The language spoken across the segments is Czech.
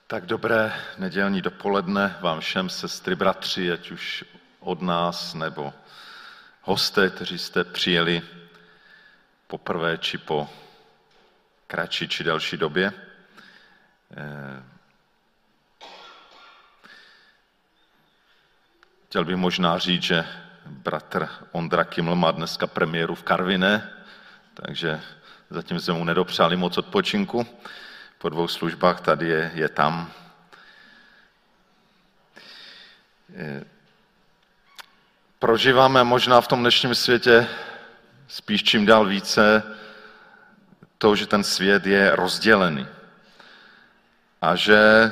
Tak dobré nedělní dopoledne vám všem, sestry, bratři, ať už od nás, nebo hosté, kteří jste přijeli poprvé, či po kratší či delší době. Chtěl bych možná říct, že bratr Ondra Kiml má dneska premiéru v Karviné, takže zatím jsme mu nedopřáli moc odpočinku. Po 2 službách tady je tam. Prožíváme možná v tom dnešním světě spíš čím dál více to, že ten svět je rozdělený. A že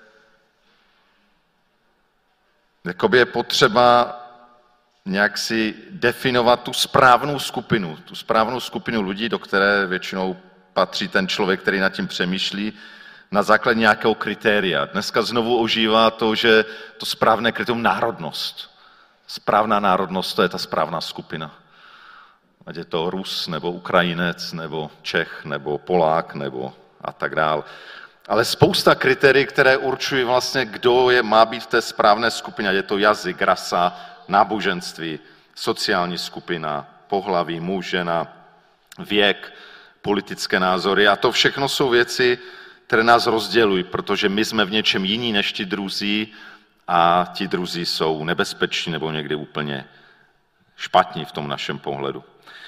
jakoby je potřeba nějak si definovat tu správnou skupinu lidí, do které většinou patří ten člověk, který nad tím přemýšlí, na základě nějakého kritéria. Dneska znovu ožívá to, že to správné kritérium národnost. Správná národnost, to je ta správná skupina. Ať je to Rus, nebo Ukrajinec, nebo Čech, nebo Polák, nebo a tak dál. Ale spousta kritérií, které určují vlastně, kdo má být v té správné skupině. Ať je to jazyk, rasa, náboženství, sociální skupina, pohlaví, muž, žena, věk, politické názory. A to všechno jsou věci, které nás rozdělují, protože my jsme v něčem jiní než ti druzí a ti druzí jsou nebezpeční nebo někdy úplně špatní v tom našem pohledu.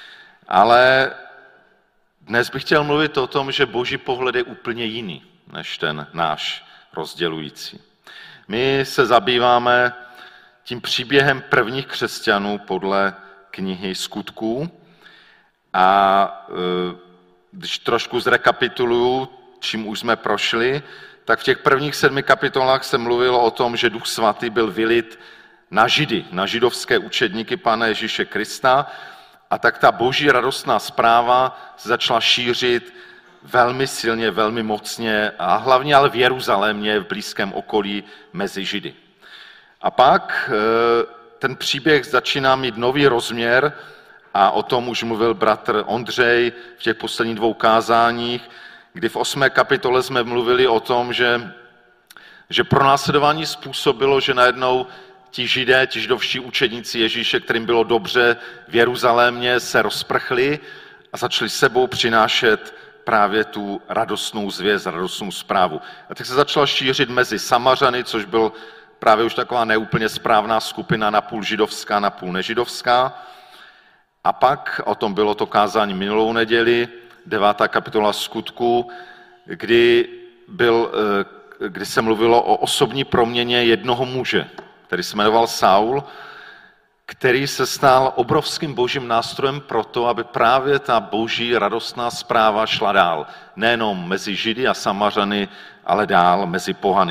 Ale dnes bych chtěl mluvit o tom, že Boží pohled je úplně jiný než ten náš rozdělující. My se zabýváme tím příběhem prvních křesťanů podle knihy Skutků a když trošku zrekapituluju, čím už jsme prošli, tak v těch prvních 7 kapitolách se mluvilo o tom, že Duch Svatý byl vylit na Židy, na židovské učedníky Pána Ježíše Krista, a tak ta boží radostná zpráva se začala šířit velmi silně, velmi mocně a hlavně ale v Jeruzalémě, v blízkém okolí mezi Židy. A pak ten příběh začíná mít nový rozměr a o tom už mluvil bratr Ondřej v těch posledních 2 kázáních, kdy v 8. kapitole jsme mluvili o tom, že pronásledování způsobilo, že najednou ti Židé, ti židovští učedníci Ježíše, kterým bylo dobře v Jeruzalémě, se rozprchli a začali sebou přinášet právě tu radostnou zvěst, radostnou zprávu. A tak se začala šířit mezi Samařany, což byl právě už taková neúplně správná skupina, napůl židovská, napůl nežidovská. A pak, o tom bylo to kázání minulou neděli, 9. kapitola Skutků, kdy se mluvilo o osobní proměně jednoho muže, který se jmenoval Saul, který se stal obrovským božím nástrojem pro to, aby právě ta boží radostná zpráva šla dál. Nejenom mezi Židy a Samařany, ale dál mezi pohany.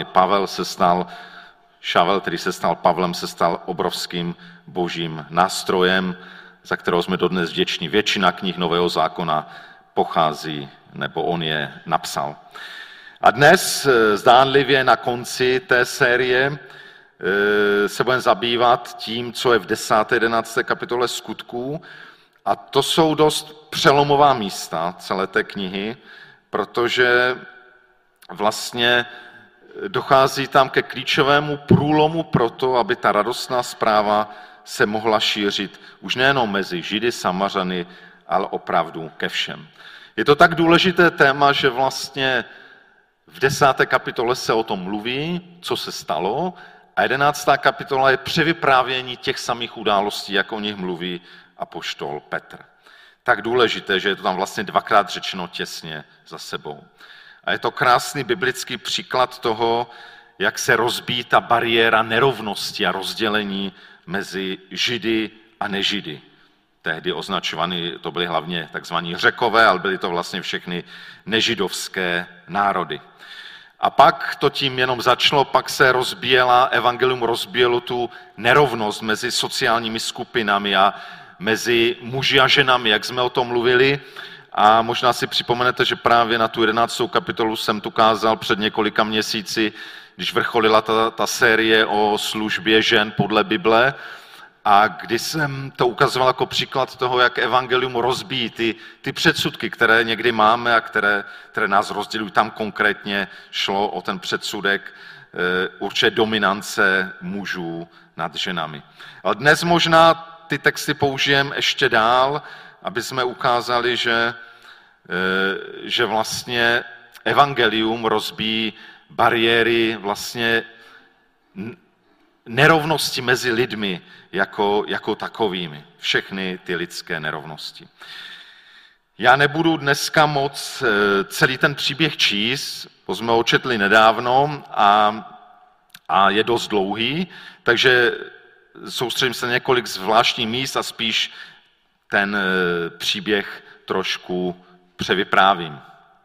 Šavel, který se stal Pavlem, se stal obrovským božím nástrojem, za kterého jsme dodnes vděční. Většina knih Nového zákona pochází, nebo on je napsal. A dnes zdánlivě na konci té série se budeme zabývat tím, co je v 10. 11. kapitole Skutků. A to jsou dost přelomová místa celé té knihy, protože vlastně dochází tam ke klíčovému průlomu pro to, aby ta radostná zpráva se mohla šířit už nejenom mezi Židy, Samařany, ale opravdu ke všem. Je to tak důležité téma, že vlastně v 10. kapitole se o tom mluví, co se stalo, a 11. kapitola je převyprávění těch samých událostí, jak o nich mluví apoštol Petr. Tak důležité, že je to tam vlastně 2krát řečeno těsně za sebou. A je to krásný biblický příklad toho, jak se rozbíjí ta bariéra nerovnosti a rozdělení mezi Židy a nežidy. Tehdy označovaný, to byly hlavně takzvaní Řekové, ale byly to vlastně všechny nežidovské národy. A pak to tím jenom začalo, pak se evangelium rozbíjelo tu nerovnost mezi sociálními skupinami a mezi muži a ženami, jak jsme o tom mluvili. A možná si připomenete, že právě na tu 11. kapitolu jsem tu kázal před několika měsíci, když vrcholila ta série o službě žen podle Bible. A když jsem to ukazoval jako příklad toho, jak evangelium rozbíjí ty předsudky, které někdy máme a které nás rozdělují, tam konkrétně šlo o ten předsudek určité dominance mužů nad ženami. Ale dnes možná ty texty použijeme ještě dál, aby jsme ukázali, že vlastně evangelium rozbíjí bariéry vlastně nerovnosti mezi lidmi jako takovými. Všechny ty lidské nerovnosti. Já nebudu dneska moc celý ten příběh číst, to jsme ho četli nedávno a je dost dlouhý, takže soustředím se na několik zvláštních míst a spíš ten příběh trošku převyprávím.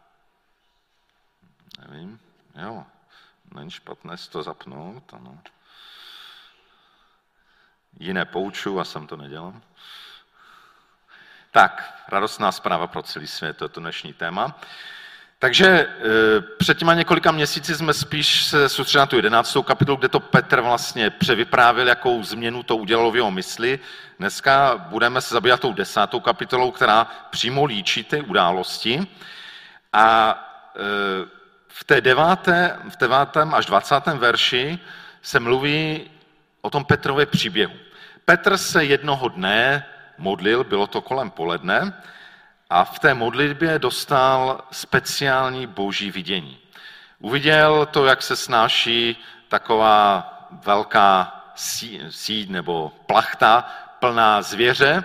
Nevím, jo, není špatné si to zapnout, ano. Jiné pouču a jsem to nedělal. Tak, radostná zpráva pro celý svět, to je to dnešní téma. Takže před těma několika měsíci jsme spíš se soustředili na tu 11. kapitolu, kde to Petr vlastně převyprávil, jakou změnu to udělalo v jeho mysli. Dneska budeme se zabývat tou 10. kapitolou, která přímo líčí ty události. A v té 9. až 20. verši se mluví o tom Petrově příběhu. Petr se jednoho dne modlil, bylo to kolem poledne, a v té modlitbě dostal speciální boží vidění. Uviděl to, jak se snáší taková velká síť nebo plachta plná zvěře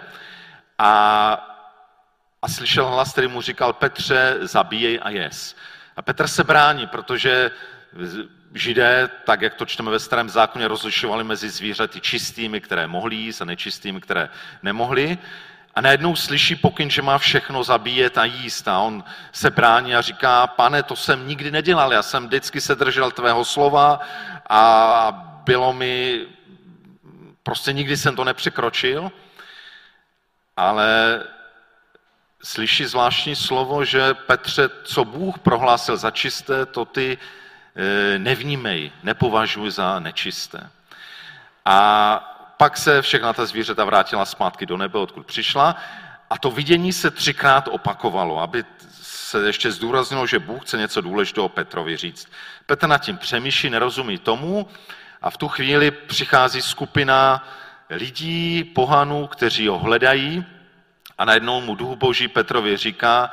a slyšel hlas, který mu říkal: Petře, zabíjej a jes. A Petr se brání, protože Židé, tak jak to čteme ve Starém zákoně, rozlišovali mezi zvířaty čistými, které mohli jíst, a nečistými, které nemohli. A najednou slyší pokyn, že má všechno zabíjet a jíst. A on se brání a říká: Pane, to jsem nikdy nedělal, já jsem vždycky se držel tvého slova a bylo mi, prostě nikdy jsem to nepřekročil. Ale slyší zvláštní slovo, že Petře, co Bůh prohlásil za čisté, to ty nevnímej, nepovažuj za nečisté. A pak se všechna ta zvířata vrátila zpátky do nebe, odkud přišla, a to vidění se 3krát opakovalo, aby se ještě zdůraznilo, že Bůh chce něco důležitého Petrovi říct. Petr nad tím přemýšlí, nerozumí tomu, a v tu chvíli přichází skupina lidí, pohanů, kteří ho hledají, a najednou mu Duch Boží Petrovi říká: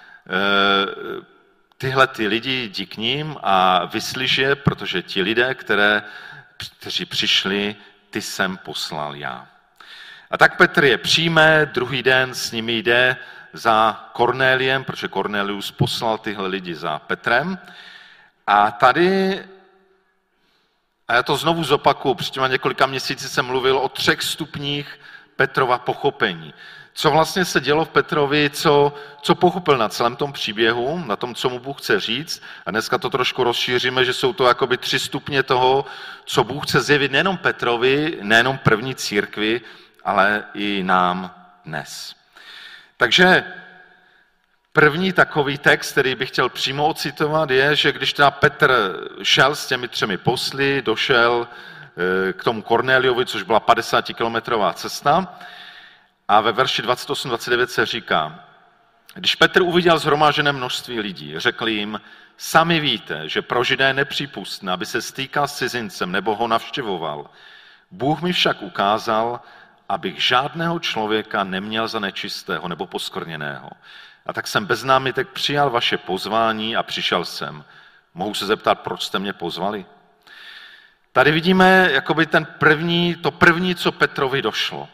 tyhle ty lidi, jdi k ním a vyslyš je, protože ti lidé, kteří přišli, ty jsem poslal já. A tak Petr je přijme, druhý den s nimi jde za Kornéliem, protože Kornélius poslal tyhle lidi za Petrem. A tady, a já to znovu zopakuju, před těma několika měsíci jsem mluvil o 3 stupních Petrova pochopení. Co vlastně se dělo v Petrovi, co pochopil na celém tom příběhu, na tom, co mu Bůh chce říct. A dneska to trošku rozšíříme, že jsou to jakoby 3 stupně toho, co Bůh chce zjevit nejenom Petrovi, nejenom první církvi, ale i nám dnes. Takže první takový text, který bych chtěl přímo ocitovat, je, že když teda Petr šel s těmi 3 posly, došel k tomu Kornéliovi, což byla 50kilometrová cesta, a ve verši 28-29 se říká: Když Petr uviděl shromážené množství lidí, řekl jim: Sami víte, že pro Židy je nepřípustné, aby se stýkal s cizincem nebo ho navštěvoval. Bůh mi však ukázal, abych žádného člověka neměl za nečistého nebo poskvrněného. A tak jsem bez námitek přijal vaše pozvání a přišel jsem. Mohu se zeptat, proč jste mě pozvali? Tady vidíme jakoby to první, co Petrovi došlo.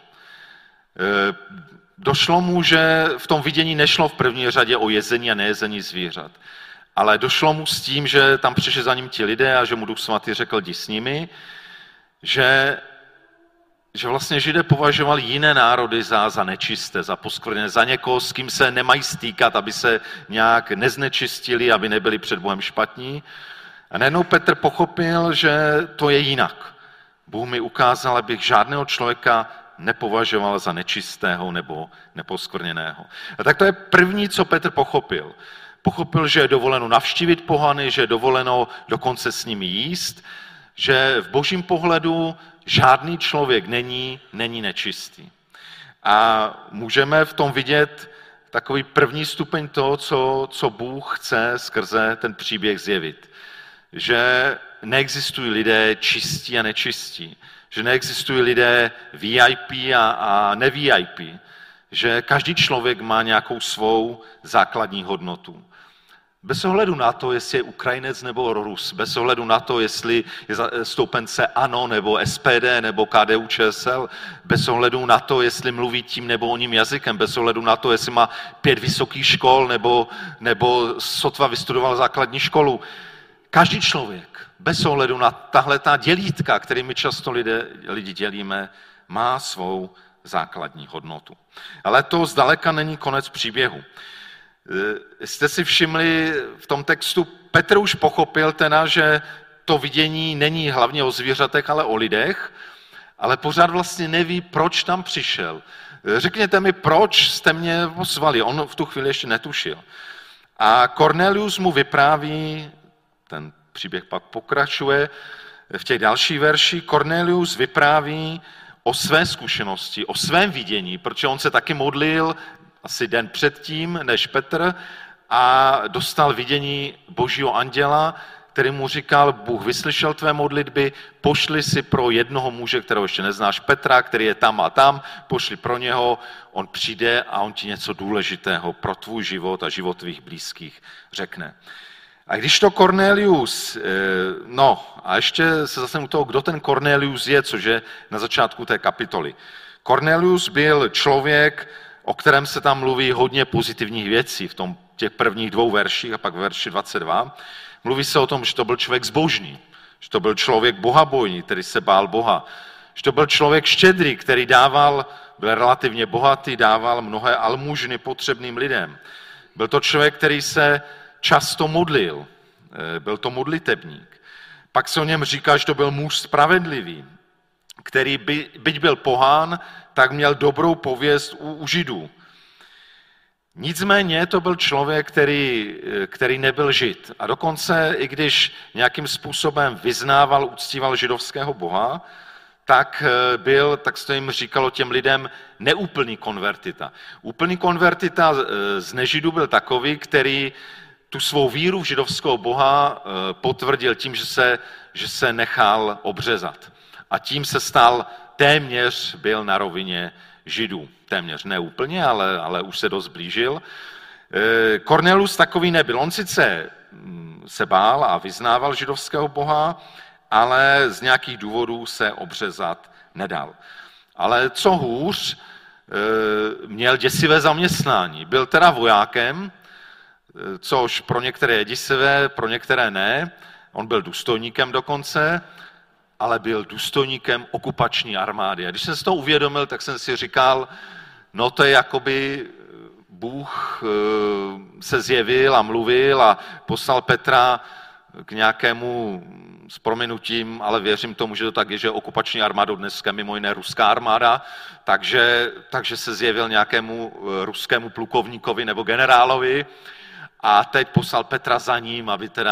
Došlo mu, že v tom vidění nešlo v první řadě o jezení a nejezení zvířat, ale došlo mu s tím, že tam přišli za ním ti lidé a že mu Duch Svatý řekl: jdi s nimi, že vlastně Židé považovali jiné národy za nečisté, za poskvrněné, za někoho, s kým se nemají stýkat, aby se nějak neznečistili, aby nebyli před Bohem špatní. A najednou Petr pochopil, že to je jinak. Bůh mi ukázal, abych žádného člověka nepovažoval za nečistého nebo neposkvrněného. A tak to je první, co Petr pochopil. Pochopil, že je dovoleno navštívit pohany, že je dovoleno dokonce s nimi jíst, že v božím pohledu žádný člověk není nečistý. A můžeme v tom vidět takový první stupeň toho, co Bůh chce skrze ten příběh zjevit. Že neexistují lidé čistí a nečistí. Že neexistují lidé VIP a ne-VIP. Že každý člověk má nějakou svou základní hodnotu. Bez ohledu na to, jestli je Ukrajinec nebo Rus, bez ohledu na to, jestli je stoupence ANO nebo SPD nebo KDU-ČSL, bez ohledu na to, jestli mluví tím nebo oním jazykem, bez ohledu na to, jestli má 5 vysokých škol nebo sotva vystudoval základní školu. Každý člověk, bez ohledu na tahleta dělítka, kterými často lidi dělíme, má svou základní hodnotu. Ale to zdaleka není konec příběhu. Jste si všimli v tom textu, Petr už pochopil že to vidění není hlavně o zvířatech, ale o lidech, ale pořád vlastně neví, proč tam přišel. Řekněte mi, proč jste mě pozvali. On v tu chvíli ještě netušil. A Kornelius mu vypráví, ten příběh pak pokračuje v těch dalších verších, Kornelius vypráví o své zkušenosti, o svém vidění, protože on se taky modlil asi den předtím než Petr a dostal vidění Božího anděla, který mu říkal, Bůh vyslyšel tvé modlitby, pošli si pro jednoho muže, kterého ještě neznáš, Petra, který je tam a tam, pošli pro něho, on přijde a on ti něco důležitého pro tvůj život a život tvých blízkých řekne. A když to Kornelius, a ještě se zase u toho, kdo ten Kornelius je, což je na začátku té kapitoly. Kornelius byl člověk, o kterém se tam mluví hodně pozitivních věcí v těch prvních 2 verších a pak v verši 22. Mluví se o tom, že to byl člověk zbožný, že to byl člověk bohabojný, který se bál Boha, že to byl člověk štědrý, který byl relativně bohatý, dával mnohé almužny potřebným lidem. Byl to člověk, který se často modlil, byl to modlitebník. Pak se o něm říká, že to byl muž spravedlivý, který byť byl pohán, tak měl dobrou pověst u Židů. Nicméně to byl člověk, který nebyl Žid. A dokonce, i když nějakým způsobem vyznával, uctíval židovského boha, tak se jim říkalo těm lidem neúplný konvertita. Úplný konvertita z nežidů byl takový, který tu svou víru v židovského boha potvrdil tím, že se nechal obřezat. A tím se stal byl na rovině Židů. Téměř ne úplně, ale už se dost blížil. Kornelius takový nebyl. On sice se bál a vyznával židovského boha, ale z nějakých důvodů se obřezat nedal. Ale co hůř, měl děsivé zaměstnání. Byl teda vojákem, což pro některé je děsivé, pro některé ne. On byl důstojníkem dokonce, ale byl důstojníkem okupační armády. A když jsem si to uvědomil, tak jsem si říkal, to je jakoby Bůh se zjevil a mluvil a poslal Petra k nějakému, s prominutím, ale věřím tomu, že to tak je, že okupační armádou dneska mimo jiné ruská armáda, takže se zjevil nějakému ruskému plukovníkovi nebo generálovi a teď poslal Petra za ním,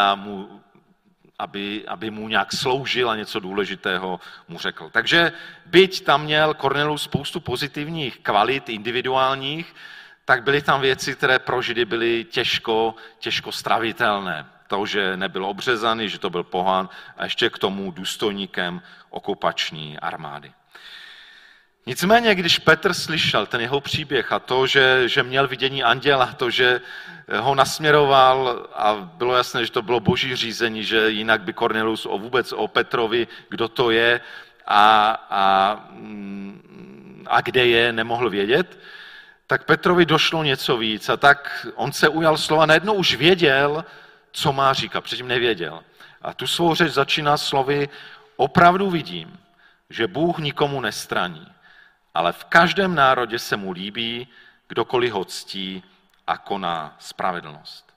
aby mu nějak sloužil a něco důležitého mu řekl. Takže byť tam měl Kornelius spoustu pozitivních kvalit individuálních, tak byly tam věci, které pro Židy byly těžko stravitelné. To, že nebyl obřezaný, že to byl pohán a ještě k tomu důstojníkem okupační armády. Nicméně, když Petr slyšel ten jeho příběh a to, že měl vidění anděla, to, že ho nasměroval a bylo jasné, že to bylo boží řízení, že jinak by Kornelius vůbec o Petrovi, kdo to je a kde je, nemohl vědět, tak Petrovi došlo něco víc a tak on se ujal slova, najednou už věděl, co má říkat, předtím nevěděl. A tu svou řeč začíná slovy, opravdu vidím, že Bůh nikomu nestraní, ale v každém národě se mu líbí, kdokoliv ho ctí a koná spravedlnost.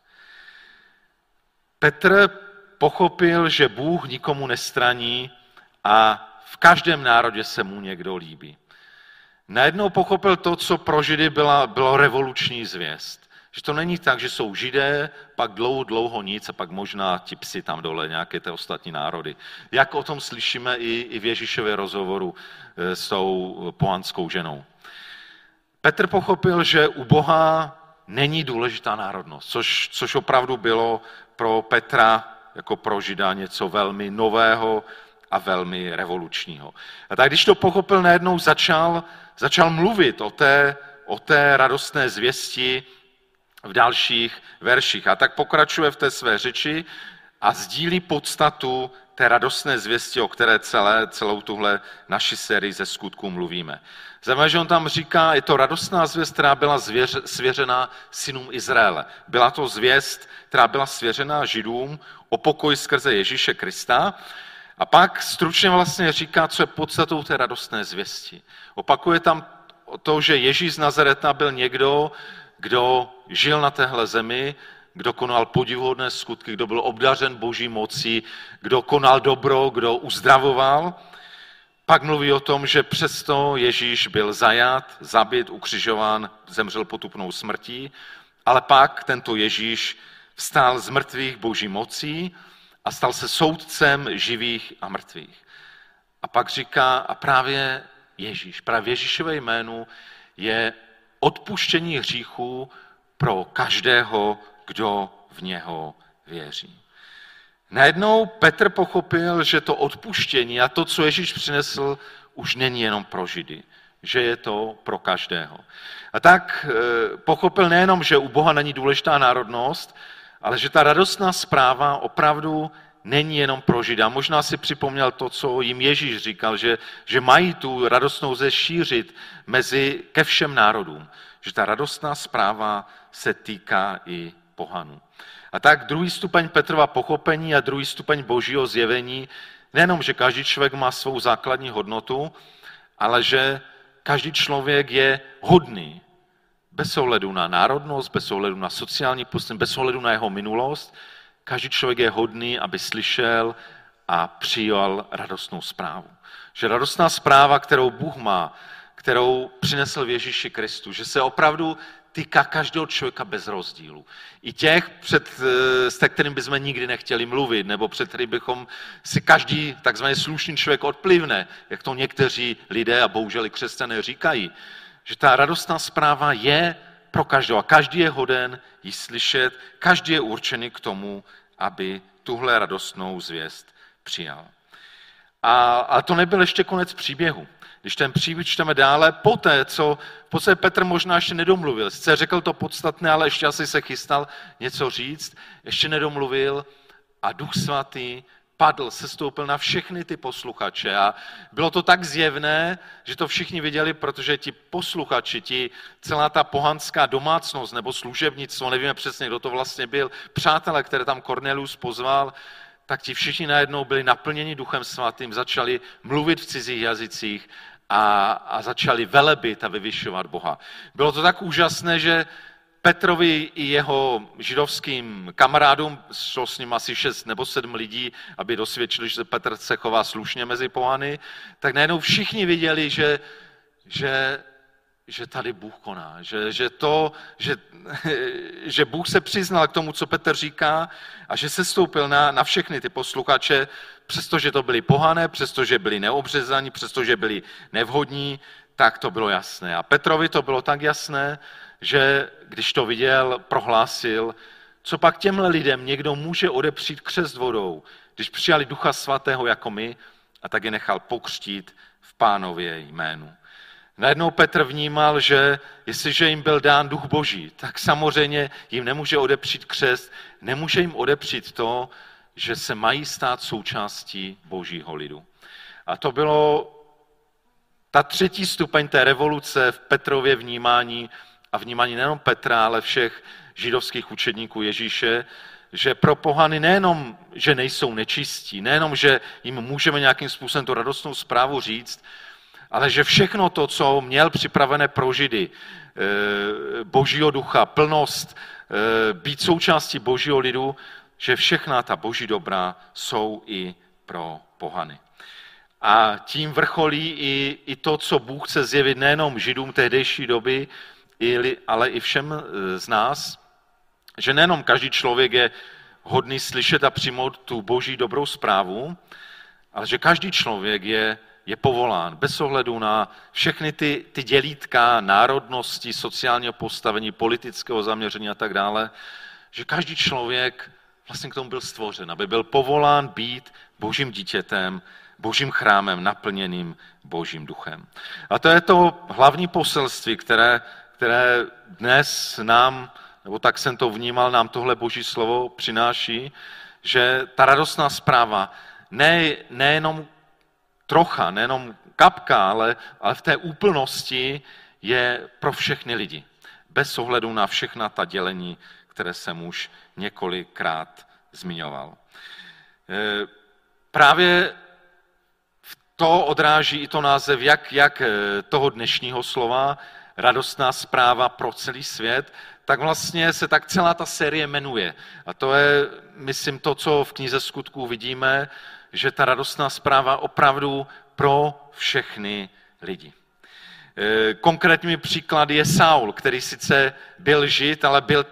Petr pochopil, že Bůh nikomu nestraní a v každém národě se mu někdo líbí. Najednou pochopil to, co pro Židy bylo revoluční zvěst. Že to není tak, že jsou Židé, pak dlouho nic a pak možná ti psi tam dole, nějaké ty ostatní národy. Jak o tom slyšíme i v Ježíšově rozhovoru s tou pohanskou ženou. Petr pochopil, že u Boha není důležitá národnost, což opravdu bylo pro Petra jako pro Žida něco velmi nového a velmi revolučního. A tak když to pochopil, najednou začal mluvit o té radostné zvěsti v dalších verších. A tak pokračuje v té své řeči a sdílí podstatu té radostné zvěsti, o které celou tuhle naši sérii ze skutků mluvíme. Zajímavé, že on tam říká, je to radostná zvěst, která byla svěřena synům Izraele. Byla to zvěst, která byla svěřena Židům o pokoj skrze Ježíše Krista. A pak stručně vlastně říká, co je podstatou té radostné zvěsti. Opakuje tam to, že Ježíš z Nazareta byl někdo, kdo žil na téhle zemi, kdo konal podivuhodné skutky, kdo byl obdařen boží mocí, kdo konal dobro, kdo uzdravoval. Pak mluví o tom, že přesto Ježíš byl zajat, zabit, ukřižován, zemřel potupnou smrtí, ale pak tento Ježíš vstal z mrtvých boží mocí a stal se soudcem živých a mrtvých. A pak říká, a právě Ježíšové jménu je odpuštění hříchů pro každého, kdo v něho věří. Najednou Petr pochopil, že to odpuštění a to, co Ježíš přinesl, už není jenom pro Židy, že je to pro každého. A tak pochopil nejenom, že u Boha není důležitá národnost, ale že ta radostná zpráva opravdu není jenom pro Žida. Možná si připomněl to, co jim Ježíš říkal, že mají tu radostnou zvěst šířit ke všem národům. Že ta radostná zpráva se týká i pohanů. A tak druhý stupeň Petrova pochopení a druhý stupeň božího zjevení, nejenom, že každý člověk má svou základní hodnotu, ale že každý člověk je hodný, bez ohledu na národnost, bez ohledu na sociální postavení, bez ohledu na jeho minulost. Každý člověk je hodný, aby slyšel a přijal radostnou zprávu. Že radostná zpráva, kterou Bůh má, kterou přinesl v Ježíši Kristu, že se opravdu týká každého člověka bez rozdílu. I těch, s kterým bychom nikdy nechtěli mluvit, nebo před kterým bychom si každý takzvaný slušný člověk odplivne, jak to někteří lidé a bohužel i křesťané říkají, že ta radostná zpráva je pro každého a každý je hoden ji slyšet, každý je určený k tomu, aby tuhle radostnou zvěst přijal. A to nebyl ještě konec příběhu. Když ten příběh čteme dále, poté, co v podstatě Petr možná ještě nedomluvil, sice řekl to podstatné, ale ještě asi se chystal něco říct, ještě nedomluvil a Duch Svatý sestoupil na všechny ty posluchače a bylo to tak zjevné, že to všichni viděli, protože ti posluchači, celá ta pohanská domácnost nebo služebnictvo, nevíme přesně, kdo to vlastně byl, přátelé, které tam Kornelius pozval, tak ti všichni najednou byli naplněni Duchem Svatým, začali mluvit v cizích jazycích a začali velebit a vyvyšovat Boha. Bylo to tak úžasné, že Petrovi i jeho židovským kamarádům, šlo s ním asi 6 nebo 7 lidí, aby dosvědčili, že Petr se chová slušně mezi pohany, tak najednou všichni viděli, že tady Bůh koná, že Bůh se přiznal k tomu, co Petr říká a že se stoupil na všechny ty posluchače, přestože to byli pohané, přestože byli neobřezaní, přestože byli nevhodní, tak to bylo jasné. A Petrovi to bylo tak jasné, že když to viděl, prohlásil, co pak těmhle lidem někdo může odepřít křest vodou, když přijali Ducha Svatého jako my, a tak je nechal pokřtít v Pánově jménu. Najednou Petr vnímal, že jestliže jim byl dán Duch Boží, tak samozřejmě jim nemůže odepřít křest, nemůže jim odepřít to, že se mají stát součástí Božího lidu. A to bylo ta třetí stupeň té revoluce v Petrově vnímání a vnímání nejenom Petra, ale všech židovských učedníků Ježíše, že pro pohany nejenom, že nejsou nečistí, nejenom, že jim můžeme nějakým způsobem tu radostnou zprávu říct, ale že všechno to, co měl připravené pro Židy, Božího ducha, plnost, být součástí Božího lidu, že všechna ta Boží dobra jsou i pro pohany. A tím vrcholí i to, co Bůh chce zjevit nejenom Židům tehdejší doby, ale i všem z nás, že nejenom každý člověk je hodný slyšet a přijmout tu boží dobrou zprávu, ale že každý člověk je povolán bez ohledu na všechny ty dělítka národnosti, sociálního postavení, politického zaměření a tak dále, že každý člověk vlastně k tomu byl stvořen, aby byl povolán být božím dítětem, božím chrámem naplněným božím duchem. A to je to hlavní poselství, které dnes nám, nebo tak jsem to vnímal, nám tohle boží slovo přináší, že ta radostná zpráva nejenom trocha, nejenom kapka, ale v té úplnosti je pro všechny lidi. Bez ohledu na všechna ta dělení, které jsem už několikrát zmiňoval. Právě to odráží i to název jak toho dnešního slova, radostná zpráva pro celý svět, tak vlastně se tak celá ta série jmenuje. A to je, myslím, to, co v knize Skutků vidíme, že ta radostná zpráva opravdu pro všechny lidi. Konkrétními příklady je Saul, který sice byl Žid, ale byl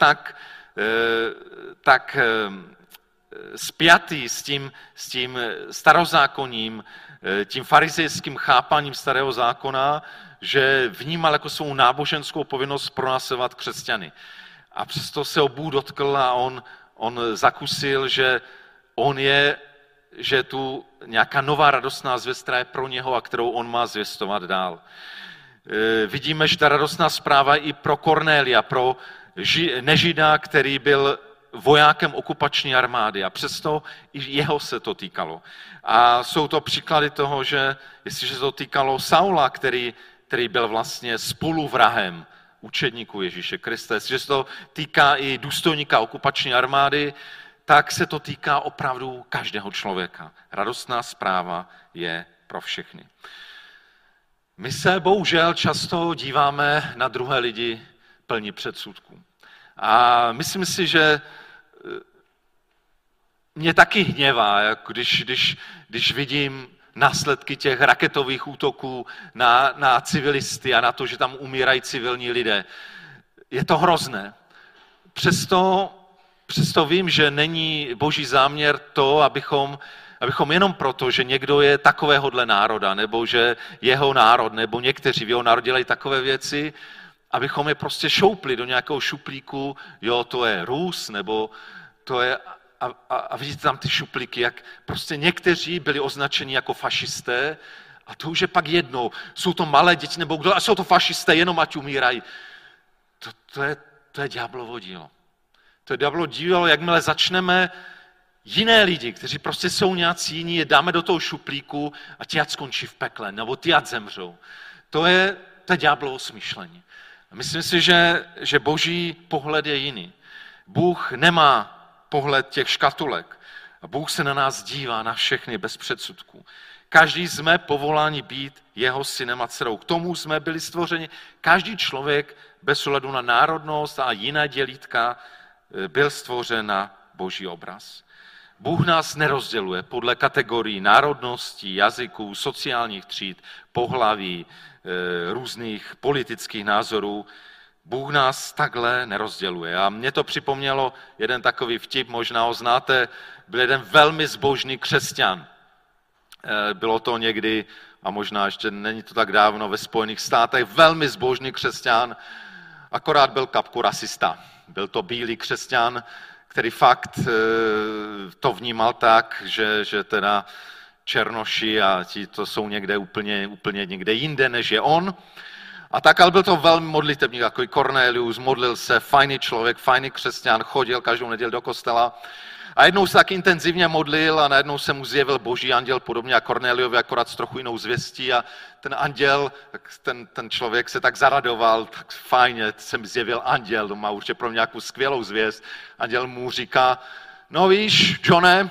tak spjatý s tím starozákonním, tím farizejským chápaním starého zákona, že vnímal jako svou náboženskou povinnost pronásledovat křesťany. A přesto se ho Bůh dotkl a on zakusil, že tu nějaká nová radostná zvěst, která je pro něho a kterou on má zvěstovat dál. Vidíme, že ta radostná zpráva i pro Kornélia, pro nežida, který byl vojákem okupační armády a přesto i jeho se to týkalo. A jsou to příklady toho, že jestliže se to týkalo Saula, který byl vlastně spoluvrahem učedníků Ježíše Krista, jestliže se to týká i důstojníka okupační armády, tak se to týká opravdu každého člověka. Radostná zpráva je pro všechny. My se bohužel často díváme na druhé lidi plní předsudků. A myslím si, že mě taky hněvá, když vidím následky těch raketových útoků na civilisty a na to, že tam umírají civilní lidé. Je to hrozné. Přesto vím, že není boží záměr to, abychom jenom proto, že někdo je takovéhodle národa, nebo že jeho národ, nebo někteří v jeho národě dělají takové věci, abychom je prostě šoupli do nějakého šuplíku, jo, to je Rus, nebo to je... A vidíte tam ty šuplíky, jak prostě někteří byli označeni jako fašisté a to už je pak jedno. Jsou to malé děti nebo kdo, a jsou to fašisté, jenom ať umírají. To je ďáblovo dílo. To je ďáblovo dílo, jakmile začneme jiné lidi, kteří prostě jsou nějací jiní, je dáme do toho šuplíku a ti ať skončí v pekle, nebo ti ať zemřou. To je ďáblovo smýšlení. A myslím si, že boží pohled je jiný. Bůh nemá pohled těch škatulek. A Bůh se na nás dívá, na všechny bez předsudků. Každý jsme povoláni být jeho synem a dcerou. K tomu jsme byli stvořeni. Každý člověk bez ohledu na národnost a jiné dělítka byl stvořen na boží obraz. Bůh nás nerozděluje podle kategorií národností, jazyků, sociálních tříd, pohlaví, různých politických názorů. Bůh nás takhle nerozděluje. A mě to připomnělo jeden takový vtip, možná ho znáte, byl jeden velmi zbožný křesťan. Bylo to někdy, a možná ještě není to tak dávno, ve Spojených státech, velmi zbožný křesťan, akorát byl kapku rasista. Byl to bílý křesťan, který fakt to vnímal tak, že teda černoši a ti to jsou někde úplně někde jinde, než je on. A tak, ale byl to velmi modlitebník, jako Cornelius, modlil se, fajný člověk, fajný křesťan, chodil každou neděli do kostela. A jednou se tak intenzivně modlil a najednou se mu zjevil boží anděl, podobně jako Korneliovi, akorát s trochu jinou zvěstí. A ten anděl, ten člověk se tak zaradoval, tak fajně, se mi zjevil anděl, to má určitě pro mě nějakou skvělou zvěst. Anděl mu říká, no víš, Johne,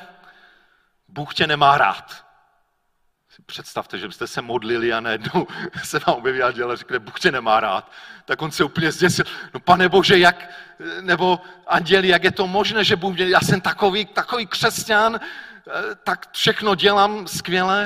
Bůh tě nemá rád. Představte, že byste se modlili a najednou se vám objeví anděl a řekne, Bůh tě nemá rád. Tak on se úplně zděsil. No Pane Bože, nebo anděli, jak je to možné, že Bůh mě, já jsem takový křesťan, tak všechno dělám skvěle.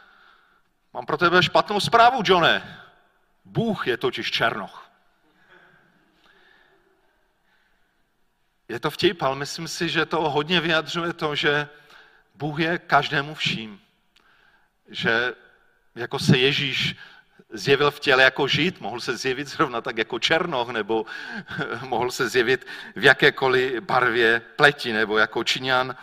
Mám pro tebe špatnou zprávu, Johne. Bůh je totiž černoch. je to vtip, ale myslím si, že to hodně vyjadřuje to, že Bůh je každému vším. Že jako se Ježíš zjevil v těle jako Žid, mohl se zjevit zrovna tak jako černoch, nebo mohl se zjevit v jakékoliv barvě pleti, nebo jako Číňan.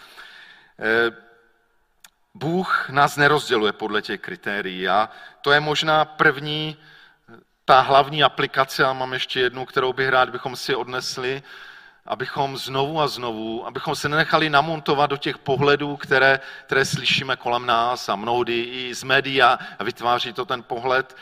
Bůh nás nerozděluje podle těch kritérií a to je možná první, ta hlavní aplikace, a mám ještě jednu, kterou bych rád, bychom si odnesli, abychom znovu a znovu, abychom se nenechali namontovat do těch pohledů, které slyšíme kolem nás a mnohdy i z médií a vytváří to ten pohled,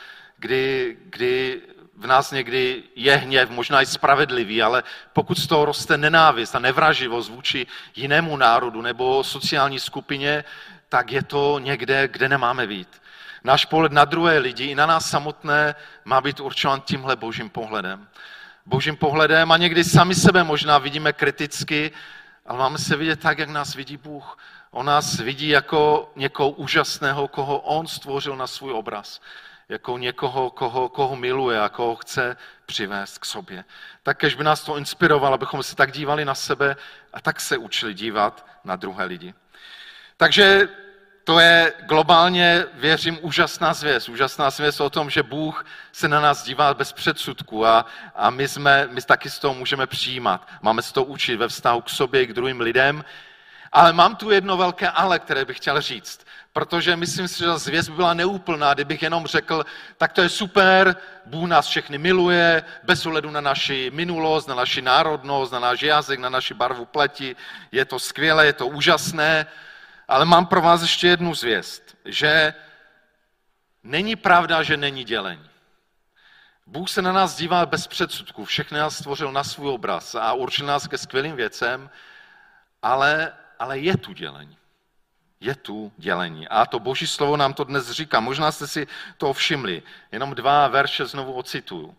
kdy v nás někdy je hněv, možná i spravedlivý, ale pokud z toho roste nenávist a nevraživost vůči jinému národu nebo sociální skupině, tak je to někde, kde nemáme být. Náš pohled na druhé lidi i na nás samotné má být určován tímhle božím pohledem. Božím pohledem a někdy sami sebe možná vidíme kriticky, ale máme se vidět tak, jak nás vidí Bůh. On nás vidí jako někoho úžasného, koho on stvořil na svůj obraz. Jako někoho, koho miluje a koho chce přivést k sobě. Tak kež by nás to inspirovalo, abychom se tak dívali na sebe a tak se učili dívat na druhé lidi. Takže to je globálně, věřím, úžasná zvěst o tom, že Bůh se na nás dívá bez předsudků a my taky z toho můžeme přijímat. Máme se to učit ve vztahu k sobě i k druhým lidem. Ale mám tu jedno velké ale, které bych chtěl říct, protože myslím si, že ta zvěst by byla neúplná, kdybych jenom řekl, tak to je super, Bůh nás všechny miluje, bez ohledu na naši minulost, na naši národnost, na náš jazyk, na naši barvu pleti, je to skvělé, je to úžasné, ale mám pro vás ještě jednu zvěst, že není pravda, že není dělení. Bůh se na nás dívá bez předsudků, všechny nás stvořil na svůj obraz a určil nás ke skvělým věcem, ale je tu dělení. Je tu dělení. A to Boží slovo nám to dnes říká. Možná jste si to všimli. Jenom 2 verše znovu ocituju.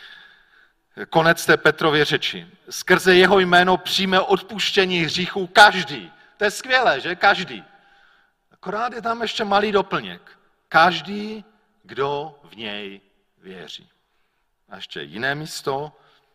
Konec té Petrově řeči. Skrze jeho jméno přijme odpuštění hříchů každý. To je skvělé, že? Každý. Akorát je tam ještě malý doplněk. Každý, kdo v něj věří. A ještě jiné místo.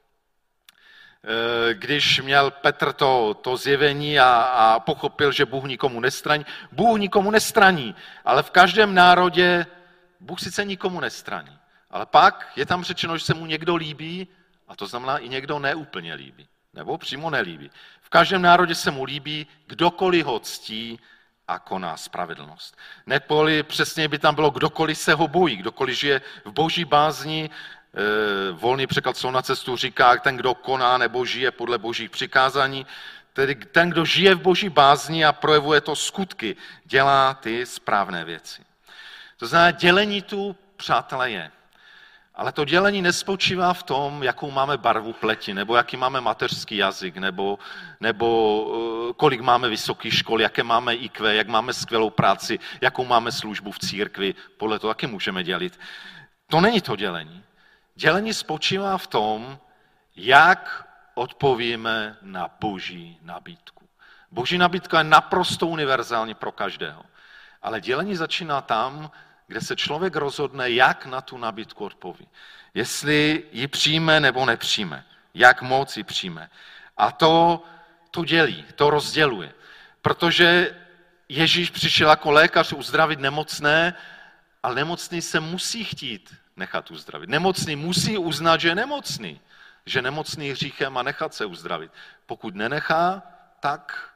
Když měl Petr to zjevení a pochopil, že Bůh nikomu nestraní. Bůh nikomu nestraní, ale v každém národě Bůh sice nikomu nestraní. Ale pak je tam řečeno, že se mu někdo líbí, a to znamená i někdo neúplně líbí, nebo přímo nelíbí. V každém národě se mu líbí, kdokoliv ho ctí a koná spravedlnost. Neboli přesně by tam bylo, kdokoliv se ho bojí, kdokoliv žije v boží bázni. Volný překlad Slov na cestu říká, ten, kdo koná nebo žije podle božích přikázání, tedy ten, kdo žije v boží bázni a projevuje to skutky, dělá ty správné věci. To znamená, dělení tu, přátelé, je. Ale to dělení nespočívá v tom, jakou máme barvu pleti, nebo jaký máme mateřský jazyk, nebo kolik máme vysoké školy, jaké máme IQ, jak máme skvělou práci, jakou máme službu v církvi, podle toho, jaké můžeme dělit. To není to dělení. Dělení spočívá v tom, jak odpovíme na boží nabídku. Boží nabídka je naprosto univerzální pro každého. Ale dělení začíná tam, kde se člověk rozhodne, jak na tu nabídku odpoví. Jestli ji přijme nebo nepřijme. Jak moc ji přijme. A to dělí, to rozděluje. Protože Ježíš přišel jako lékař uzdravit nemocné, ale nemocný se musí chtít nechat uzdravit. Nemocný musí uznat, že je nemocný. Že nemocný hříchem a nechat se uzdravit. Pokud nenechá, tak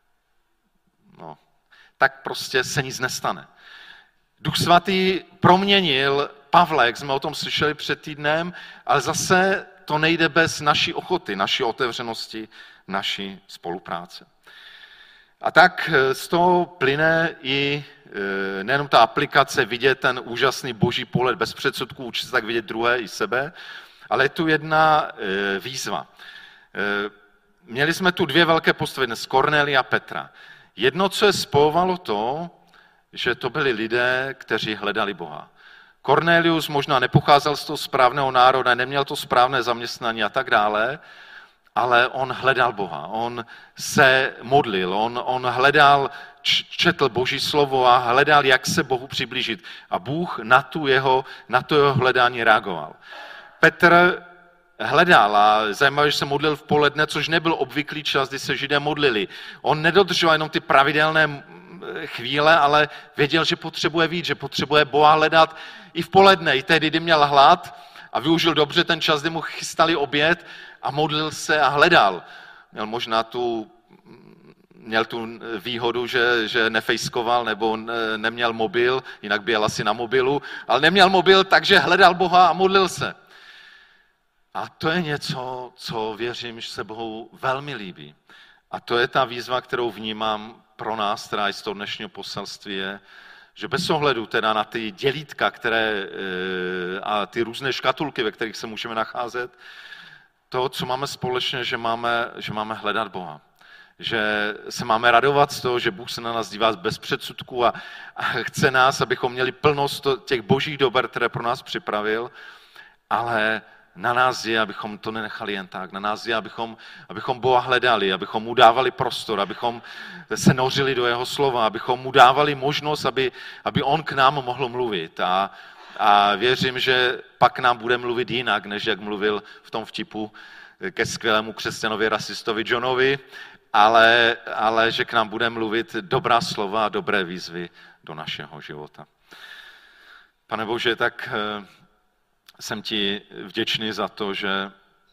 prostě se nic nestane. Duch svatý proměnil Pavla, jak jsme o tom slyšeli před týdnem, ale zase to nejde bez naší ochoty, naší otevřenosti, naší spolupráce. A tak z toho plyne i nejenom ta aplikace vidět ten úžasný boží pohled bez předsudků, učit se tak vidět druhé i sebe, ale je tu jedna výzva. Měli jsme tu 2 velké postavy dnes, Kornélia a Petra. Jedno, co je spojovalo to, že to byli lidé, kteří hledali Boha. Kornélius možná nepocházel z toho správného národa, neměl to správné zaměstnání a tak dále, ale on hledal Boha, on se modlil, on hledal, četl Boží slovo a hledal, jak se Bohu přiblížit. A Bůh na to jeho hledání reagoval. Petr hledal a zajímavé, že se modlil v poledne, což nebyl obvyklý čas, kdy se Židé modlili. On nedodržoval jenom ty pravidelné chvíle, ale věděl, že potřebuje víc, že potřebuje Boha hledat i v poledne, i tehdy, kdy měl hlad a využil dobře ten čas, kdy mu chystali oběd a modlil se a hledal. Měl možná tu výhodu, že nefejskoval nebo neměl mobil, jinak by jel asi na mobilu, ale neměl mobil, takže hledal Boha a modlil se. A to je něco, co věřím, že se Bohu velmi líbí. A to je ta výzva, kterou vnímám pro nás, která i z toho dnešního poselství je, že bez ohledu teda na ty dělítka, a ty různé škatulky, ve kterých se můžeme nacházet, to, co máme společně, že máme hledat Boha. Že se máme radovat z toho, že Bůh se na nás dívá bez předsudků a chce nás, abychom měli plnost těch božích dober, které pro nás připravil, ale na nás je, abychom to nenechali jen tak. Na nás je, abychom Boha hledali, abychom mu dávali prostor, abychom se nořili do jeho slova, abychom mu dávali možnost, aby on k nám mohl mluvit. A věřím, že pak nám bude mluvit jinak, než jak mluvil v tom vtipu ke skvělému křesťanovi rasistovi Johnovi, ale že k nám bude mluvit dobrá slova a dobré výzvy do našeho života. Pane Bože, tak jsem ti vděčný za to, že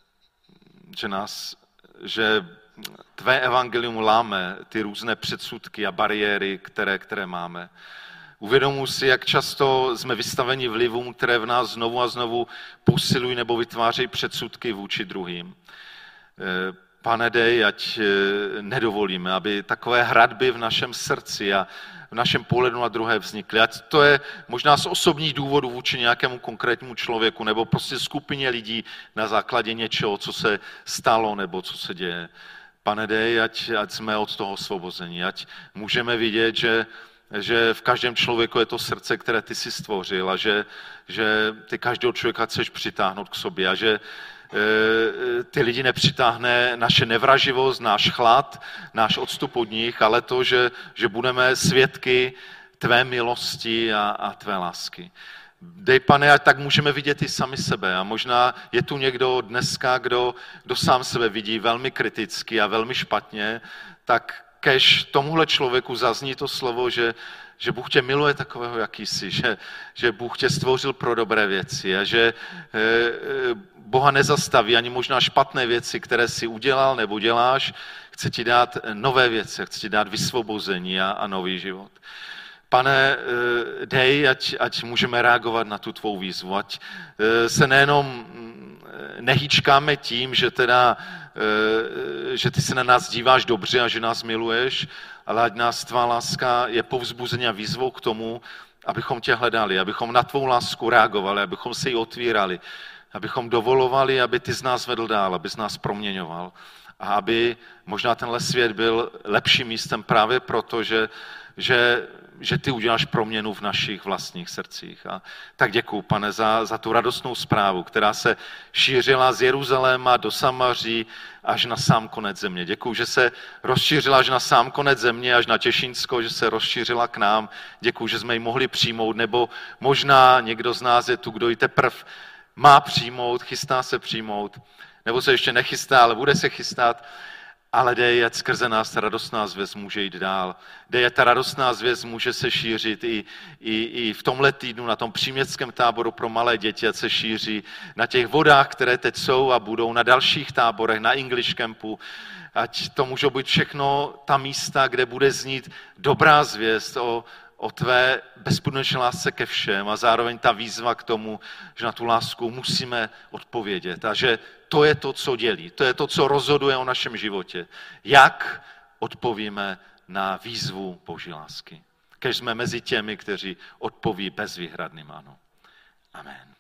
tvé evangelium láme ty různé předsudky a bariéry, které máme. Uvědomuji si, jak často jsme vystaveni vlivům, které v nás znovu a znovu posilují nebo vytvářejí předsudky vůči druhým. Pane, dej, ať nedovolíme, aby takové hradby v našem srdci a v našem pohledu na druhé vznikly. Ať to je možná z osobních důvodů vůči nějakému konkrétnímu člověku nebo prostě skupině lidí na základě něčeho, co se stalo nebo co se děje. Pane, dej, ať jsme od toho osvobozeni, ať můžeme vidět, že v každém člověku je to srdce, které ty jsi stvořil a že ty každého člověka chceš přitáhnout k sobě a že ty lidi nepřitáhne naše nevraživost, náš chlad, náš odstup od nich, ale to, že budeme svědky tvé milosti a tvé lásky. Dej, Pane, ať tak můžeme vidět i sami sebe. A možná je tu někdo dneska, kdo sám sebe vidí velmi kriticky a velmi špatně, tak kež tomuhle člověku zazní to slovo, že Bůh tě miluje takového, jaký jsi, že Bůh tě stvořil pro dobré věci a že Boha nezastaví ani možná špatné věci, které jsi udělal nebo děláš. Chce ti dát nové věci, chce ti dát vysvobození a nový život. Pane, dej, ať můžeme reagovat na tu tvou výzvu, ať se nejenom nehýčkáme tím, že ty se na nás díváš dobře a že nás miluješ, ale ať nás tvá láska je povzbuzení a výzvou k tomu, abychom tě hledali, abychom na tvou lásku reagovali, abychom se ji otvírali, abychom dovolovali, aby ty z nás vedl dál, aby z nás proměňoval a aby možná tenhle svět byl lepším místem právě proto, že ty uděláš proměnu v našich vlastních srdcích. A tak děkuju, Pane, za tu radostnou zprávu, která se šířila z Jeruzaléma do Samaří až na sám konec země. Děkuju, že se rozšířila až na sám konec země, až na Těšínsko, že se rozšířila k nám. Děkuju, že jsme ji mohli přijmout, nebo možná někdo z nás je tu, kdo ji teprve má přijmout, chystá se přijmout, nebo se ještě nechystá, ale bude se chystat. Ale dej, ať skrze nás ta radostná zvěst může jít dál. Dej, ať ta radostná zvěst může se šířit i v tomhle týdnu na tom příměstském táboru pro malé děti, ať se šíří na těch vodách, které teď jsou a budou na dalších táborech, na English Campu. Ať to můžou být všechno ta místa, kde bude znít dobrá zvěst o tvé bezpodmínečné lásce ke všem a zároveň ta výzva k tomu, že na tu lásku musíme odpovědět a že to je to, co dělí, to je to, co rozhoduje o našem životě. Jak odpovíme na výzvu Boží lásky. Kež jsme mezi těmi, kteří odpoví bezvýhradným ano. Amen.